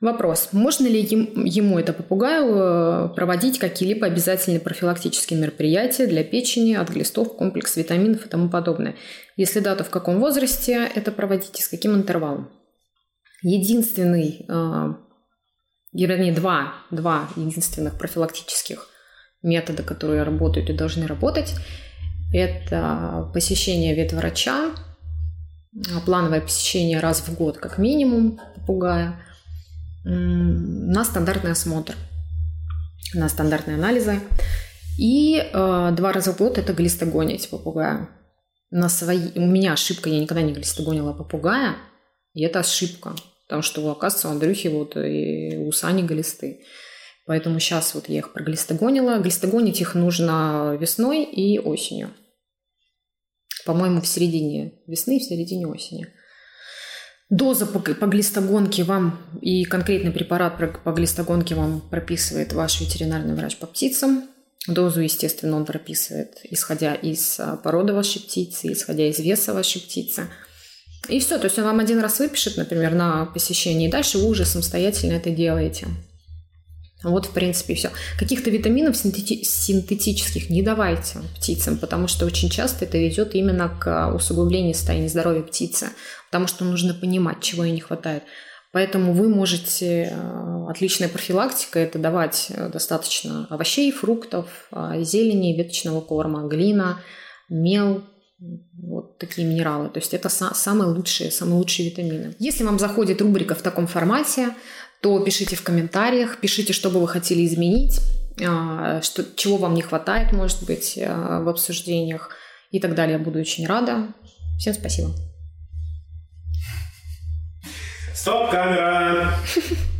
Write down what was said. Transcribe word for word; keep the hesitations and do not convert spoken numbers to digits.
Вопрос. Можно ли им, ему, это попугаю, проводить какие-либо обязательные профилактические мероприятия для печени, от глистов, комплекс витаминов и тому подобное? Если да, то в каком возрасте это проводить и с каким интервалом? Единственный, вернее, два, два единственных профилактических метода, которые работают и должны работать, это посещение ветврача, плановое посещение раз в год как минимум попугая, на стандартный осмотр, на стандартные анализы. И э, два раза в год это глистогонить попугая. На свои... У меня ошибка, я никогда не глистогонила попугая, и это ошибка, потому что, оказывается, у Андрюхи вот и у Сани глисты. Поэтому сейчас вот я их проглистогонила. Глистогонить их нужно весной и осенью. По-моему, в середине весны и в середине осени. Доза по, по глистогонке вам и конкретный препарат по глистогонке вам прописывает ваш ветеринарный врач по птицам. Дозу, естественно, он прописывает, исходя из породы вашей птицы, исходя из веса вашей птицы. И все, то есть он вам один раз выпишет, например, на посещение, и дальше вы уже самостоятельно это делаете. Вот, в принципе, и все. Каких-то витаминов синтети- синтетических не давайте птицам, потому что очень часто это ведет именно к усугублению состояния здоровья птицы, потому что нужно понимать, чего ей не хватает. Поэтому вы можете, отличная профилактика, это давать достаточно овощей, фруктов, зелени, веточного корма, глина, мел, вот такие минералы. То есть это самые лучшие, самые лучшие витамины. Если вам заходит рубрика в таком формате, то пишите в комментариях, пишите, что бы вы хотели изменить, что, чего вам не хватает, может быть, в обсуждениях и так далее. Я буду очень рада. Всем спасибо. Стоп, камера!